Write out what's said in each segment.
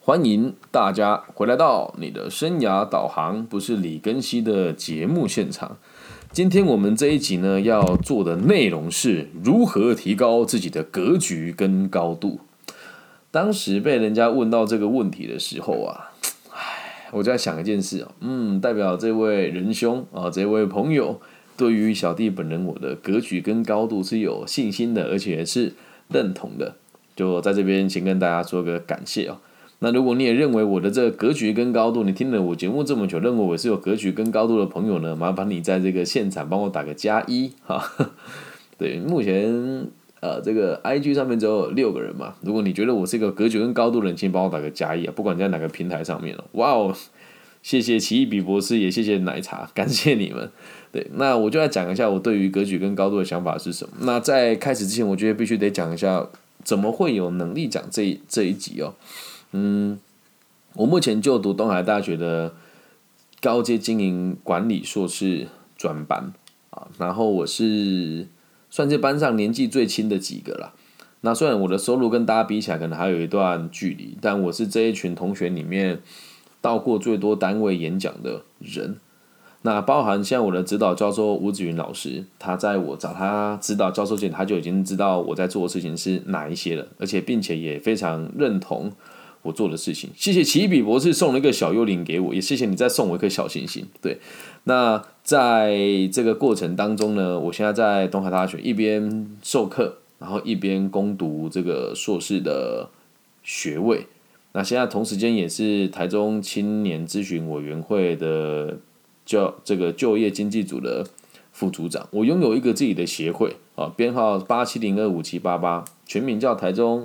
欢迎大家回来到你的生涯导航，不是李根熙的节目现场。今天我们这一集呢，要做的内容是如何提高自己的格局跟高度。当时被人家问到这个问题的时候啊，我就在想一件事代表这位仁兄啊，这位朋友对于小弟本人我的格局跟高度是有信心的，而且是认同的。就在这边先跟大家说个感谢哦。那如果你也认为我的这个格局跟高度，你听了我节目这么久，认为我是有格局跟高度的朋友呢，麻烦你在这个现场帮我打个+1哈。对，目前这个 IG 上面只有6个人嘛，如果你觉得我是一个格局跟高度的人，请帮我打个+1啊，不管你在哪个平台上面哇哦，谢谢奇异比博士，也谢谢奶茶，感谢你们。对，那我就来讲一下我对于格局跟高度的想法是什么。那在开始之前，我觉得必须得讲一下怎么会有能力讲这一集哦。我目前就读东海大学的高阶经营管理硕士专班啊，然后我是算是班上年纪最轻的几个啦。那虽然我的收入跟大家比起来可能还有一段距离，但我是这一群同学里面到过最多单位演讲的人。那包含像我的指导教授吴子云老师，他在我找他指导教授前，他就已经知道我在做的事情是哪一些了，而且并且也非常认同我做的事情。谢谢奇异比博士送了一个小幽灵给我，也谢谢你再送我一颗小星星。对，那在这个过程当中呢，我现在在东海大学一边授课，然后一边攻读这个硕士的学位。那现在同时间也是台中青年咨询委员会的这个就业经济组的副组长。我拥有一个自己的协会啊，编号87025788，全名叫台中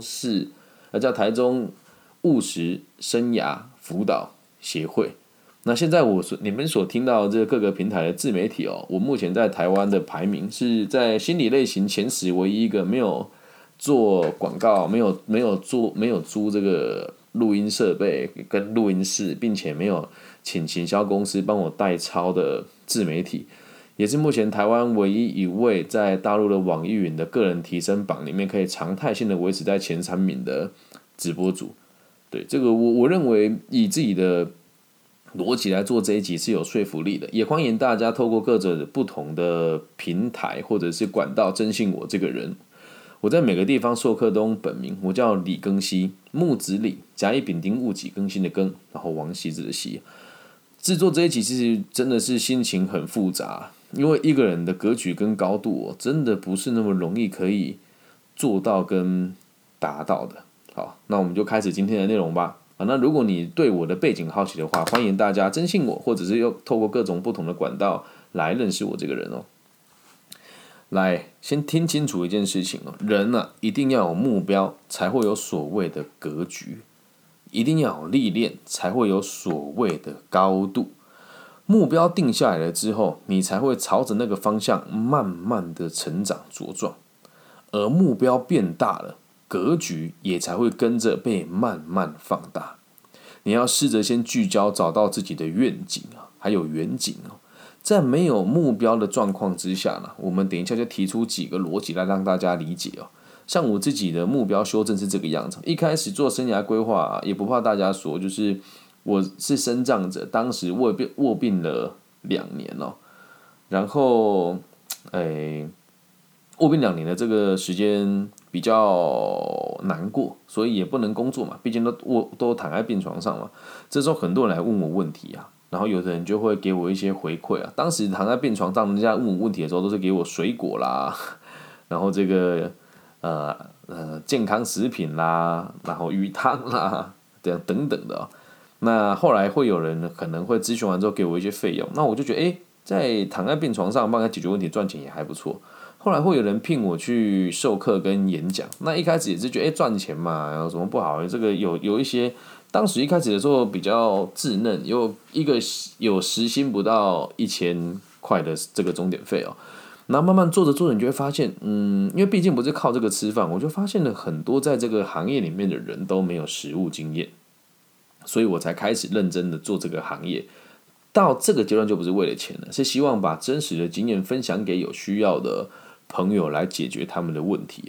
务实生涯辅导协会。那现在你们所听到这各个平台的自媒体我目前在台湾的排名是在心理类型前10唯一一个没有做广告、没有租这个录音设备跟录音室，并且没有请行销公司帮我代操的自媒体，也是目前台湾唯一一位在大陆的网易云的个人提升榜里面可以常态性的维持在前3名的直播主。对，这个我认为以自己的逻辑来做这一集是有说服力的，也欢迎大家透过各种不同的平台或者是管道征信我这个人。我在每个地方授课都用本名，我叫李庚希，木子李，甲乙丙丁戊己更新的更，然后王羲之的羲。制作这一集其实真的是心情很复杂，因为一个人的格局跟高度真的不是那么容易可以做到跟达到的。好，那我们就开始今天的内容吧。那如果你对我的背景好奇的话，欢迎大家征信我，或者是透过各种不同的管道来认识我这个人哦。来，先听清楚一件事情人一定要有目标，才会有所谓的格局；一定要有历练，才会有所谓的高度。目标定下来了之后，你才会朝着那个方向慢慢的成长茁壮，而目标变大了，格局也才会跟着被慢慢放大。你要试着先聚焦，找到自己的愿景还有远景在没有目标的状况之下呢，我们等一下就提出几个逻辑来让大家理解像我自己的目标修正是这个样子，一开始做生涯规划也不怕大家说，就是我是身障者，当时卧病了2年然后卧病2年的这个时间比较难过，所以也不能工作嘛，毕竟都躺在病床上嘛。这时候很多人来问我问题然后有的人就会给我一些回馈当时躺在病床上，人家问我问题的时候，都是给我水果啦，然后这个健康食品啦，然后鱼汤啦，等等的那后来会有人可能会咨询完之后给我一些费用，那我就觉得在躺在病床上帮他解决问题赚钱也还不错。后来会有人聘我去授课跟演讲，那一开始也是觉得赚钱嘛，有什么不好？这个有一些，当时一开始的时候比较稚嫩，有时薪不到1000块的这个钟点费然后慢慢做着做着，你就会发现，因为毕竟不是靠这个吃饭，我就发现了很多在这个行业里面的人都没有实务经验，所以我才开始认真的做这个行业。到这个阶段就不是为了钱了，是希望把真实的经验分享给有需要的朋友来解决他们的问题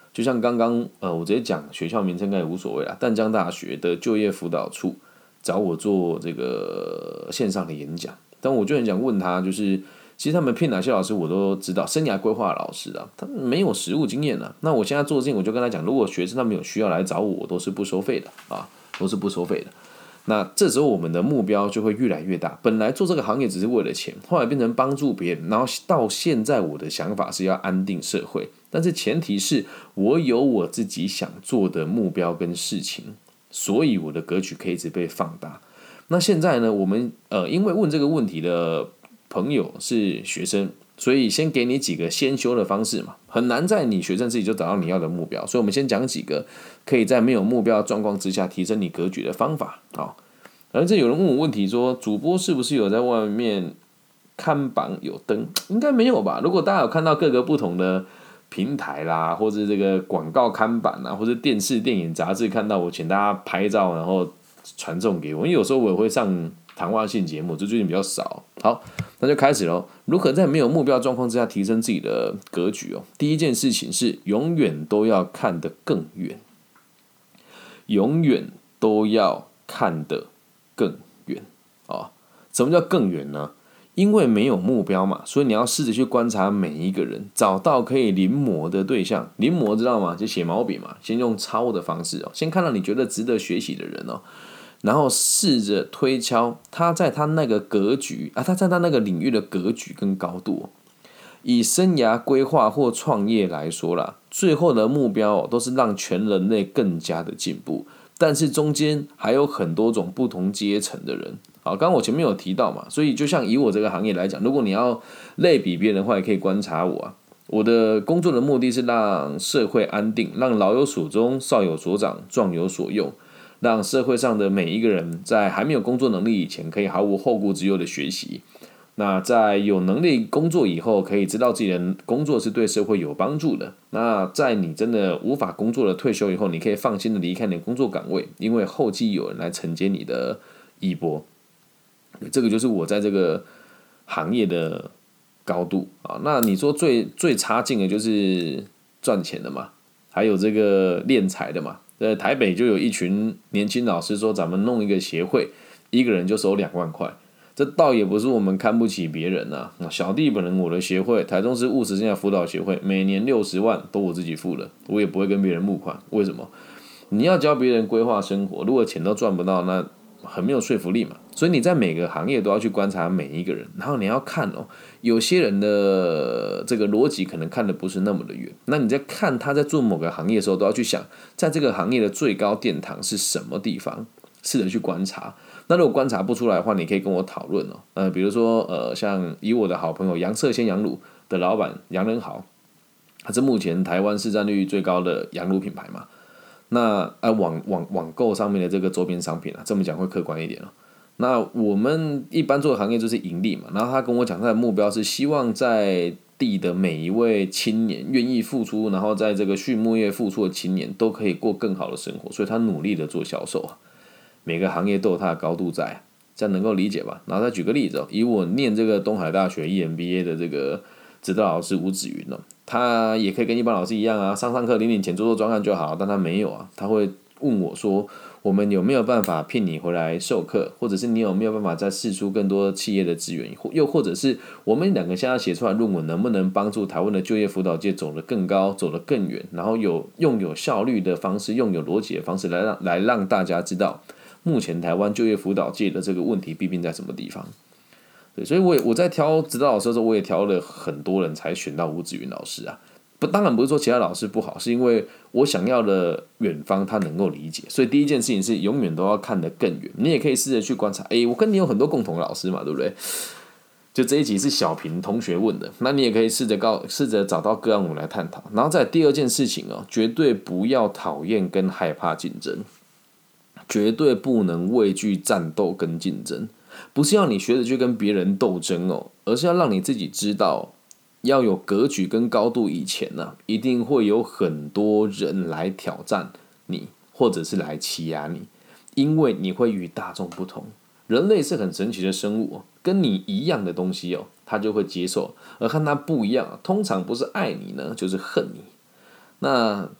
就像刚刚我直接讲学校名称应该也无所谓啦，淡江大学的就业辅导处找我做这个线上的演讲，但我就很想问他，就是其实他们聘哪些老师我都知道，生涯规划的老师啊，他没有实务经验啊。那我现在做事情，我就跟他讲，如果学生他们有需要来找我，我都是不收费的啊，都是不收费的。那这时候我们的目标就会越来越大。本来做这个行业只是为了钱，后来变成帮助别人，然后到现在我的想法是要安定社会，但是前提是我有我自己想做的目标跟事情，所以我的格局可以一直被放大。那现在呢，我们因为问这个问题的朋友是学生，所以先给你几个先修的方式嘛，很难在你学生自己就找到你要的目标，所以我们先讲几个可以在没有目标的状况之下提升你格局的方法啊。而这有人问我问题说，主播是不是有在外面看榜有灯？应该没有吧？如果大家有看到各个不同的平台啦，或者这个广告看板啊，或者电视、电影、杂志看到我，请大家拍照，然后传送给我。因为有时候我也会上谈话性节目，就最近比较少。好，那就开始喽。如何在没有目标状况之下提升自己的格局哦？第一件事情是永远都要看得更远，永远都要看得更远啊！什么叫更远呢？因为没有目标嘛，所以你要试着去观察每一个人，找到可以临摹的对象。临摹知道吗？就写毛笔嘛，先用抄的方式哦，先看到你觉得值得学习的人哦，然后试着推敲他在他那个格局啊，他在他那个领域的格局跟高度哦。以生涯规划或创业来说啦，最后的目标都是让全人类更加的进步。但是中间还有很多种不同阶层的人，好，刚刚我前面有提到嘛，所以就像以我这个行业来讲，如果你要类比别人的话，也可以观察我啊。我的工作的目的是让社会安定，让老有所终，少有所长，壮有所用，让社会上的每一个人在还没有工作能力以前，可以毫无后顾之忧的学习。那在有能力工作以后，可以知道自己的工作是对社会有帮助的。那在你真的无法工作的退休以后，你可以放心的离开你的工作岗位，因为后继有人来承接你的衣钵。这个就是我在这个行业的高度啊。那你说最差劲的就是赚钱的嘛，还有这个敛财的嘛。台北就有一群年轻老师说，咱们弄一个协会，一个人就收2万块。这倒也不是我们看不起别人啊，小弟本人我的协会台中市务实生涯辅导协会每年60万都我自己付了，我也不会跟别人募款。为什么？你要教别人规划生活，如果钱都赚不到，那很没有说服力嘛。所以你在每个行业都要去观察每一个人，然后你要看哦，有些人的这个逻辑可能看的不是那么的远，那你在看他在做某个行业的时候，都要去想，在这个行业的最高殿堂是什么地方，试着去观察。那如果观察不出来的话，你可以跟我讨论哦。比如说像以我的好朋友杨色鲜羊乳的老板杨仁豪，他是目前台湾市占率最高的羊乳品牌嘛。那网购上面的这个周边商品啊，这么讲会客观一点哦。那我们一般做的行业就是盈利嘛，然后他跟我讲他的目标是希望在地的每一位青年愿意付出，然后在这个畜牧业付出的青年都可以过更好的生活，所以他努力的做销售啊。每个行业都有它的高度在，这样能够理解吧？然后再举个例子哦，以我念这个东海大学 EMBA 的这个指导老师吴子云哦，他也可以跟一般老师一样啊，上课领钱做做专案就好，但他没有啊，他会问我说，我们有没有办法聘你回来授课，或者是你有没有办法再释出更多企业的资源，又或者是我们两个现在写出来的论文能不能帮助台湾的就业辅导界走得更高，走得更远，然后用有效率的方式，用有逻辑的方式来让大家知道。目前台湾就业辅导界的这个问题弊病在什么地方？对，所以我在挑指导老师的时候，我也挑了很多人才选到吴子云老师啊。当然不是说其他老师不好，是因为我想要的远方他能够理解。所以第一件事情是永远都要看得更远。你也可以试着去观察，我跟你有很多共同的老师嘛，对不对？就这一集是小平同学问的，那你也可以试着找到个案我们来探讨。然后再第二件事情哦，绝对不要讨厌跟害怕竞争。绝对不能畏惧战斗跟竞争，不是要你学着去跟别人斗争哦，而是要让你自己知道，要有格局跟高度以前呢，一定会有很多人来挑战你，或者是来欺压你，因为你会与大众不同。人类是很神奇的生物哦，跟你一样的东西哦，他就会接受，而和他不一样，通常不是爱你呢，就是恨你。那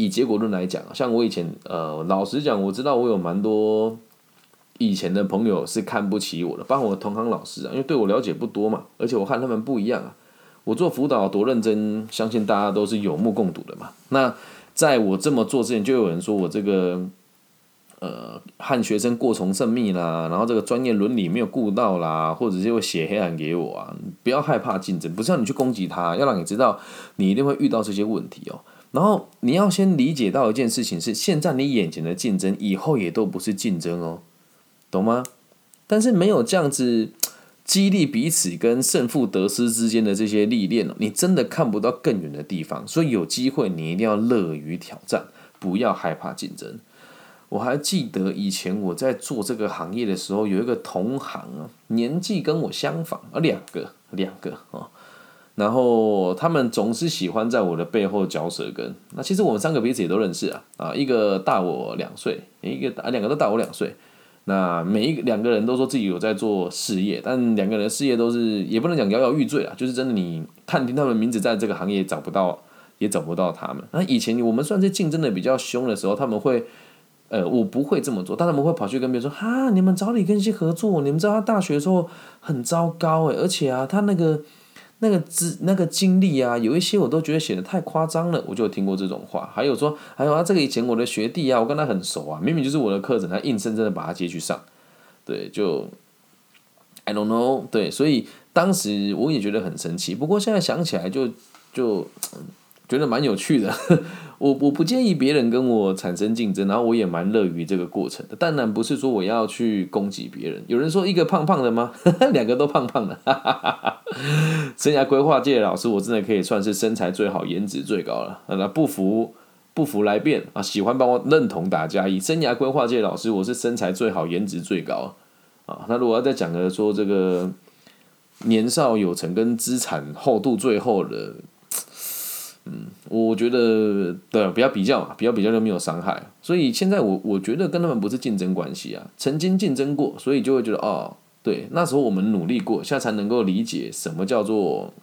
以结果论来讲，像我以前老实讲，我知道我有蛮多以前的朋友是看不起我的，包括我的同行老师啊，因为对我了解不多嘛，而且我看他们不一样啊。我做辅导多认真，相信大家都是有目共睹的嘛。那在我这么做之前，就有人说我这个和学生过从甚密啦，然后这个专业伦理没有顾到啦，或者是会写黑函给我啊。不要害怕竞争，不是让你去攻击他，要让你知道你一定会遇到这些问题哦。然后你要先理解到一件事情是，现在你眼前的竞争，以后也都不是竞争哦，懂吗？但是没有这样子激励彼此跟胜负得失之间的这些历练，你真的看不到更远的地方。所以有机会你一定要乐于挑战，不要害怕竞争。我还记得以前我在做这个行业的时候，有一个同行啊，年纪跟我相仿啊，两个啊，然后他们总是喜欢在我的背后嚼舌根。那其实我们3个彼此也都认识啊，一个大我2岁，两个都大我2岁。那2个人都说自己有在做事业，但2个人的事业都是也不能讲摇摇欲坠啊，就是真的你探听他们的名字，在这个行业也找不到他们。那以前我们算是竞争的比较凶的时候，他们会。我不会这么做，但他们会跑去跟别人说：“哈，你们找李根熙合作，你们知道他大学的时候很糟糕而且啊，他那个经历啊，有一些我都觉得写的太夸张了。”我就有听过这种话。还有这个以前我的学弟啊，我跟他很熟啊，明明就是我的课程，他硬生生的把他接去上，对，就 I don't know， 对，所以当时我也觉得很生气。不过现在想起来就觉得蛮有趣的。我不建议别人跟我产生竞争，然后我也蛮乐于这个过程的。当然不是说我要去攻击别人。有人说一个胖胖的吗？2个都胖胖的。生涯规划界的老师，我真的可以算是身材最好、颜值最高了。那不服来辩啊！喜欢帮我认同打加一。生涯规划界的老师，我是身材最好、颜值最高啊。那如果要再讲说这个年少有成跟资产厚度最厚的。我觉得对，不要比较嘛，不要比较就没有伤害。所以现在我觉得跟他们不是竞争关系啊，曾经竞争过，所以就会觉得哦，对，那时候我们努力过，现在才能够理解什么叫做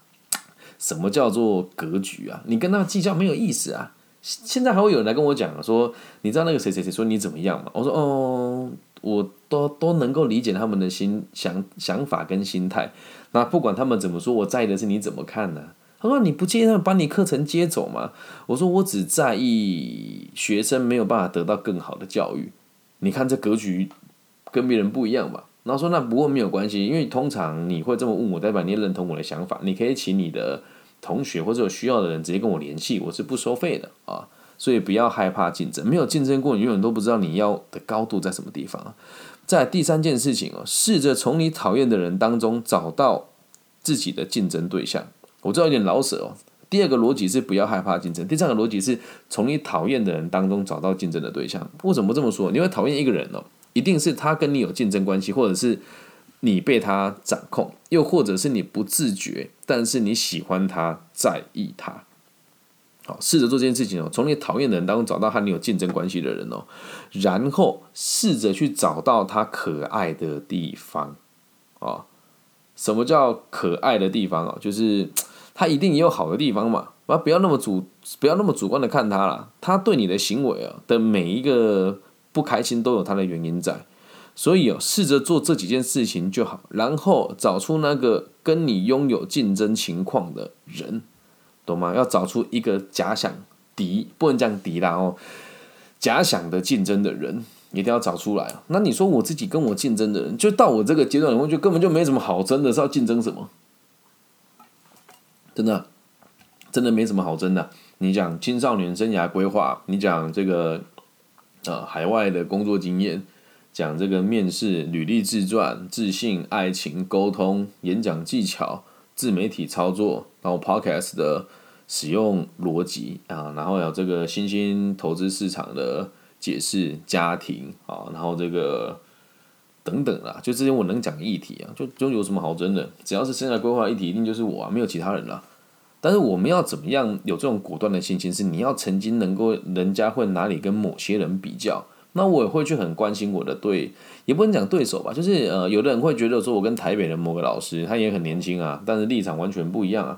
格局啊。你跟他计较没有意思啊。现在还会有人来跟我讲说，你知道那个谁谁谁说你怎么样吗？我说哦，我都能够理解他们的想法跟心态。那不管他们怎么说，我在意的是你怎么看呢？他说：“你不介意他们把你课程接走吗？”我说：“我只在意学生没有办法得到更好的教育。你看这格局跟别人不一样吧？”然后说：“那不过没有关系，因为通常你会这么问我，代表你也认同我的想法。你可以请你的同学或者有需要的人直接跟我联系，我是不收费的啊。所以不要害怕竞争，没有竞争过，你永远都不知道你要的高度在什么地方。再来第3件事情哦，试着从你讨厌的人当中找到自己的竞争对象。”我知道有点老舍哦。第2个逻辑是不要害怕竞争，第3个逻辑是从你讨厌的人当中找到竞争的对象。为什么这么说？你会讨厌一个人哦，一定是他跟你有竞争关系，或者是你被他掌控，又或者是你不自觉，但是你喜欢他，在意他。好，试着做这件事情哦，从你讨厌的人当中找到和你有竞争关系的人哦，然后试着去找到他可爱的地方啊。什么叫可爱的地方啊？就是他一定也有好的地方嘛，不要那么主观的看他啦。他对你的行为的每一个不开心都有他的原因在，所以试着做这几件事情就好，然后找出那个跟你拥有竞争情况的人，懂吗？要找出一个假想敌，不能讲敌啦哦，假想的竞争的人。一定要找出来。那你说我自己跟我竞争的人，就到我这个阶段，我就根本就没什么好争的，是要竞争什么？真的没什么好争的。你讲青少年生涯规划，你讲这个海外的工作经验，讲这个面试、履历自传、自信、爱情、沟通、演讲技巧、自媒体操作，然后 podcast 的使用逻辑啊，然后有这个新兴投资市场的解释、家庭啊，然后这个等等啦，就这些我能讲的议题啊，就有什么好争的？只要是生涯规划议题，一定就是我啊，没有其他人啦。但是我们要怎么样有这种果断的心情？是你要曾经能够人家会拿你跟某些人比较，那我也会去很关心我的也不能讲对手吧，就是有的人会觉得说我跟台北的某个老师，他也很年轻啊，但是立场完全不一样啊。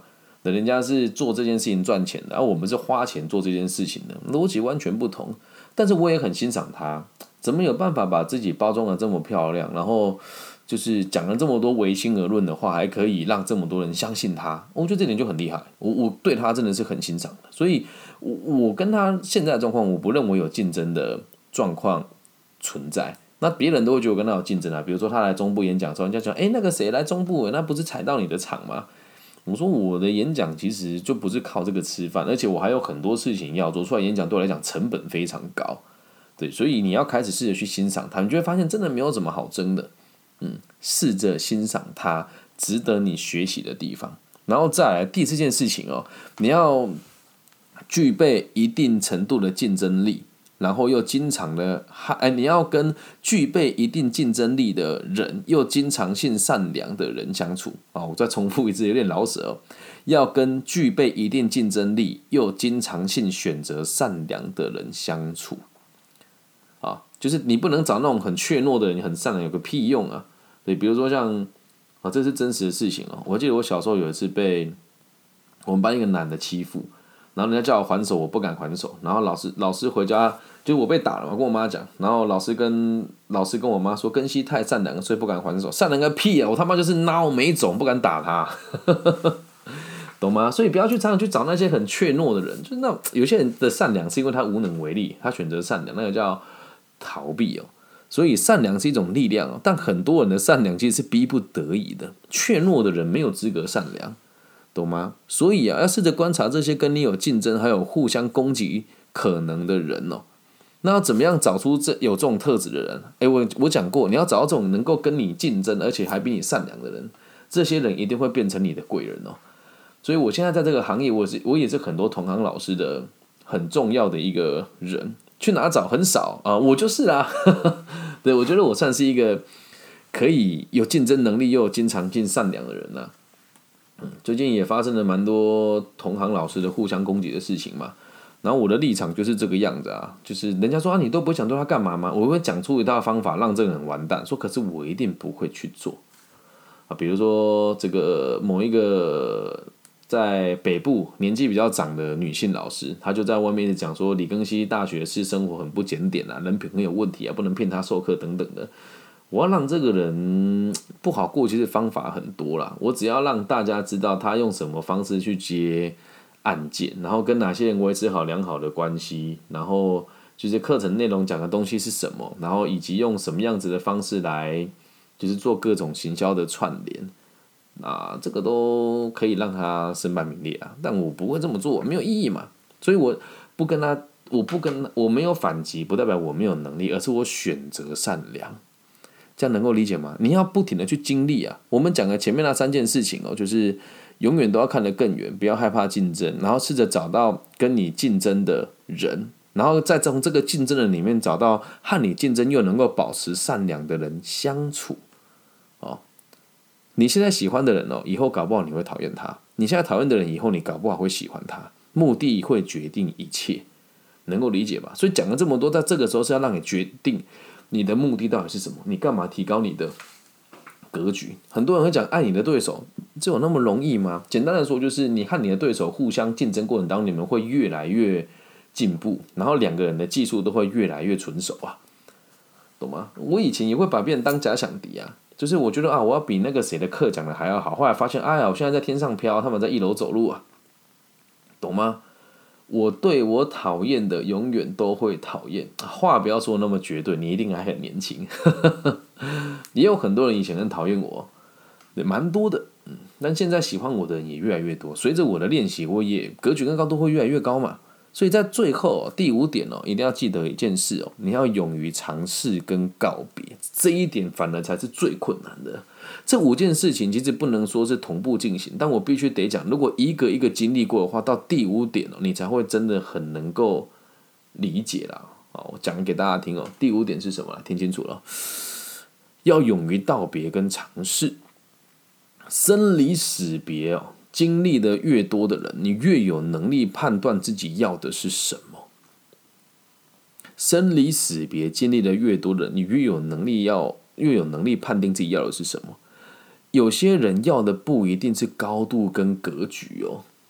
人家是做这件事情赚钱的，而我们是花钱做这件事情的，逻辑完全不同。但是我也很欣赏他，怎么有办法把自己包装的这么漂亮，然后就是讲了这么多唯心而论的话，还可以让这么多人相信他，我觉得这点就很厉害。我对他真的是很欣赏的，所以我跟他现在的状况，我不认为有竞争的状况存在。那别人都会觉得我跟他有竞争啊，比如说他来中部演讲的时候，人家讲，那个谁来中部，那不是踩到你的场吗？我说我的演讲其实就不是靠这个吃饭，而且我还有很多事情要做，出来演讲对我来讲成本非常高，对，所以你要开始试着去欣赏他，你就会发现真的没有什么好争的，试着欣赏他值得你学习的地方，然后再来第四件事情哦，你要具备一定程度的竞争力。然后又经常的，你要跟具备一定竞争力的人，又经常性善良的人相处啊！我再重复一次，有点老舍哦。要跟具备一定竞争力又经常性选择善良的人相处啊，就是你不能找那种很怯懦的人，很善良有个屁用啊！对，比如说像这是真实的事情哦。我记得我小时候有一次被我们班一个男的欺负。然后人家叫我还手，我不敢还手。然后老师回家，就我被打了嘛，跟我妈讲。然后老师跟我妈说，根熙太善良，所以不敢还手。善良个屁啊！我他妈就是孬没种，不敢打他，懂吗？所以不要常常去找那些很怯懦的人。就是那有些人的善良是因为他无能为力，他选择善良，那个叫逃避哦。所以善良是一种力量哦，但很多人的善良其实是逼不得已的。怯懦的人没有资格善良。懂吗？所以要试着观察这些跟你有竞争还有互相攻击可能的人哦。那要怎么样找出有这种特质的人？我讲过，你要找到这种能够跟你竞争而且还比你善良的人，这些人一定会变成你的贵人哦。所以我现在在这个行业，我也是很多同行老师的很重要的一个人。去哪找很少啊，我就是啦。对，我觉得我算是一个可以有竞争能力又有经常性善良的人啦。最近也发生了蛮多同行老师的互相攻击的事情嘛，然后我的立场就是这个样子啊，就是人家说你都不会想对他干嘛吗？我会讲出一套方法让这个人完蛋，说可是我一定不会去做啊。比如说这个某一个在北部年纪比较长的女性老师，她就在外面讲说李庚希大学私生活很不检点啊，人品很有问题啊，不能骗他授课等等的。我要让这个人不好过，其实方法很多啦。我只要让大家知道他用什么方式去接案件，然后跟哪些人维持好良好的关系，然后就是课程内容讲的东西是什么，然后以及用什么样子的方式来就是做各种行销的串联，这个都可以让他身败名裂啊。但我不会这么做，没有意义嘛。所以我没有反击，不代表我没有能力，而是我选择善良。这样能够理解吗？你要不停的去经历啊。我们讲的前面那3件事情哦，就是永远都要看得更远，不要害怕竞争，然后试着找到跟你竞争的人，然后再从这个竞争的里面找到和你竞争又能够保持善良的人相处。哦，你现在喜欢的人哦，以后搞不好你会讨厌他；你现在讨厌的人，以后你搞不好会喜欢他。目的会决定一切，能够理解吧？所以讲了这么多，在这个时候是要让你决定。你的目的到底是什么？你干嘛提高你的格局？很多人会讲爱你的对手，这有那么容易吗？简单的说，就是你和你的对手互相竞争过程当中，你们会越来越进步，然后2个人的技术都会越来越纯熟啊，懂吗？我以前也会把别人当假想敌啊，就是我觉得我要比那个谁的课讲的还要好，后来发现，我现在在天上飘，他们在1楼走路啊，懂吗？我对我讨厌的永远都会讨厌，话不要说那么绝对，你一定还很年轻。也有很多人以前很讨厌我，蛮多的，但现在喜欢我的人也越来越多。随着我的练习，我也格局跟高度会越来越高嘛。所以在最后第5点一定要记得一件事你要勇于尝试跟告别，这一点反而才是最困难的。这5件事情其实不能说是同步进行，但我必须得讲，如果一个一个经历过的话，到第5点你才会真的很能够理解啦。我讲给大家听第5点是什么？听清楚了，要勇于道别跟尝试。生离死别经历的越多的人，你越有能力判断自己要的是什么。生离死别经历的越多的人，你越有能力判定自己要的是什么。有些人要的不一定是高度跟格局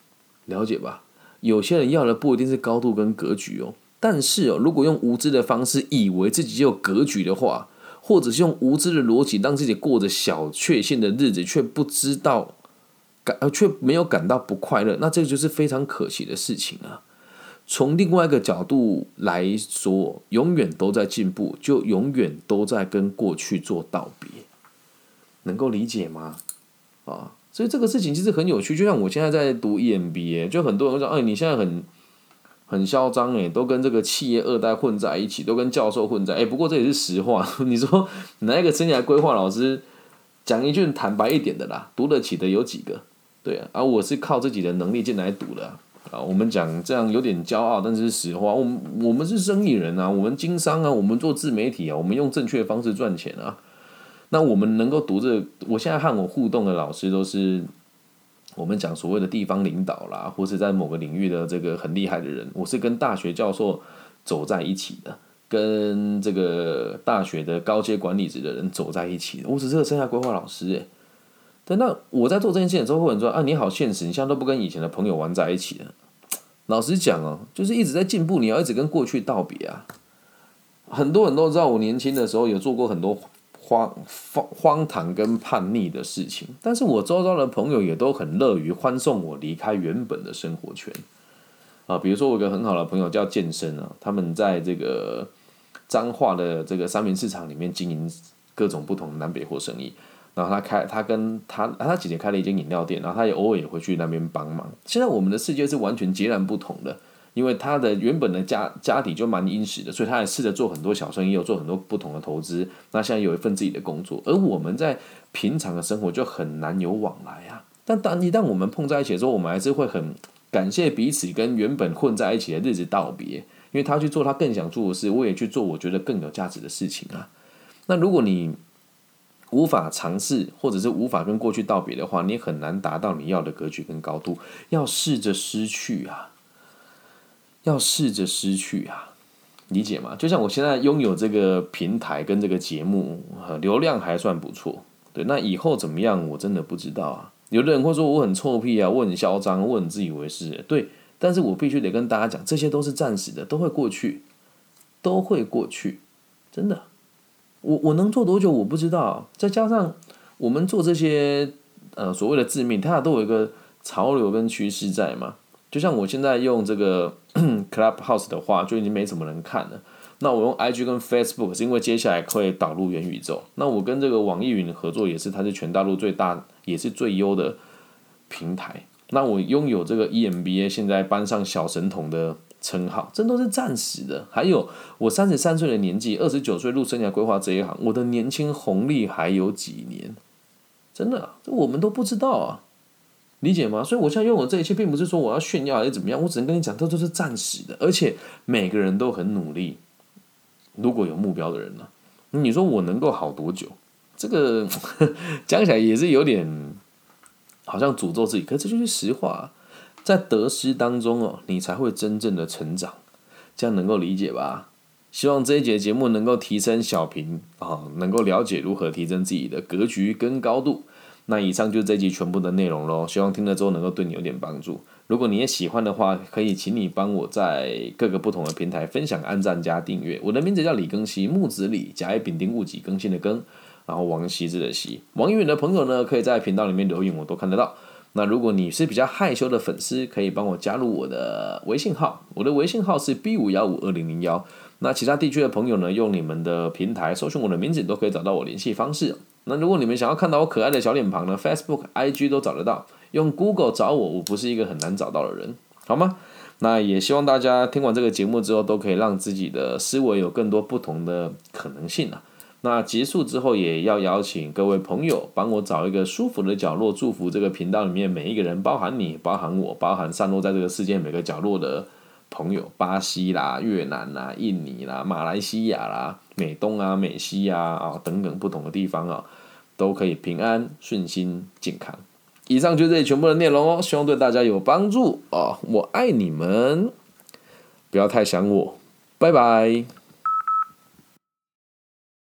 了解吧？有些人要的不一定是高度跟格局哦，但是如果用无知的方式以为自己就有格局的话，或者是用无知的逻辑让自己过着小确幸的日子，却不知道却没有感到不快乐，那这就是非常可惜的事情啊。从另外一个角度来说，永远都在进步，就永远都在跟过去做道别，能够理解吗？所以这个事情其实很有趣，就像我现在在读 EMBA， 就很多人说，哎，你现在很嚣张哎，都跟这个企业二代混在一起，都跟教授混在，不过这也是实话。你说哪一个生涯规划老师讲一句坦白一点的啦，读得起的有几个？对啊，我是靠自己的能力进来读的啊。我们讲这样有点骄傲，但是实话，我们是生意人啊，我们经商啊，我们做自媒体啊，我们用正确的方式赚钱啊。那我们能够读我现在和我互动的老师都是我们讲所谓的地方领导啦，或是在某个领域的这个很厉害的人，我是跟大学教授走在一起的，跟这个大学的高阶管理职的人走在一起的。我只是个生涯规划老师对，那我在做这件事情的时候，会有人说啊，你好现实，你现在都不跟以前的朋友玩在一起了。老实讲就是一直在进步，你要一直跟过去道别啊。很多人都知道，我年轻的时候有做过很多荒唐跟叛逆的事情，但是我周遭的朋友也都很乐于欢送我离开原本的生活圈比如说我有个很好的朋友叫健身他们在这个彰化的这个三民市场里面经营各种不同的南北货生意，然后他姐姐开了一间饮料店，然后他也偶尔也会去那边帮忙。现在我们的世界是完全截然不同的。因为他的原本的家底就蛮殷实的，所以他也试着做很多小生意，有做很多不同的投资。那现在有一份自己的工作，而我们在平常的生活就很难有往来啊。但一旦我们碰在一起的时候，我们还是会很感谢彼此，跟原本混在一起的日子道别。因为他去做他更想做的事，我也去做我觉得更有价值的事情啊。那如果你无法尝试，或者是无法跟过去道别的话，你很难达到你要的格局跟高度。要试着失去啊。要试着失去啊，理解吗？就像我现在拥有这个平台跟这个节目，流量还算不错。对，那以后怎么样，我真的不知道啊。有的人会说我很臭屁啊，我很嚣张，我很自以为是。对，但是我必须得跟大家讲，这些都是暂时的，都会过去，都会过去，真的。我能做多久我不知道。再加上我们做这些所谓的自命，它都有一个潮流跟趋势在嘛。就像我现在用这个Clubhouse 的话，就已经没什么人看了。那我用 IG 跟 Facebook 是因为接下来会导入元宇宙。那我跟这个网易云合作也是，它是全大陆最大也是最优的平台。那我拥有这个 EMBA 现在班上小神童的称号，这都是暂时的。还有我33岁的年纪，29岁入生涯规划这一行，我的年轻红利还有几年？真的这我们都不知道啊。理解吗？所以我现在拥有这一切，并不是说我要炫耀还是怎么样，我只能跟你讲，这都是暂时的，而且每个人都很努力。如果有目标的人呢，你说我能够好多久？这个讲起来也是有点好像诅咒自己，可是这就是实话。在得失当中你才会真正的成长，这样能够理解吧？希望这一节节目能够提升小平能够了解如何提升自己的格局跟高度。那以上就是这集全部的内容咯，希望听了之后能够对你有点帮助。如果你也喜欢的话，可以请你帮我在各个不同的平台分享、按赞加订阅。我的名字叫李更新，木子李，甲乙丙丁戊己更新的更，然后王羲之的羲。网易云的朋友呢，可以在频道里面留言，我都看得到。那如果你是比较害羞的粉丝，可以帮我加入我的微信号，我的微信号是 B5152001。那其他地区的朋友呢，用你们的平台搜寻我的名字，都可以找到我联系方式。那如果你们想要看到我可爱的小脸庞呢 ，Facebook、IG 都找得到，用 Google 找我，我不是一个很难找到的人，好吗？那也希望大家听完这个节目之后，都可以让自己的思维有更多不同的可能性啊。那结束之后，也要邀请各位朋友帮我找一个舒服的角落，祝福这个频道里面每一个人，包含你，包含我，包含散落在这个世界每个角落的朋友，巴西啦、越南啦、印尼啦、马来西亚啦、美东啊、美西啊等等不同的地方都可以平安、顺心、健康。以上就是这里全部的内容希望对大家有帮助我爱你们，不要太想我，拜拜。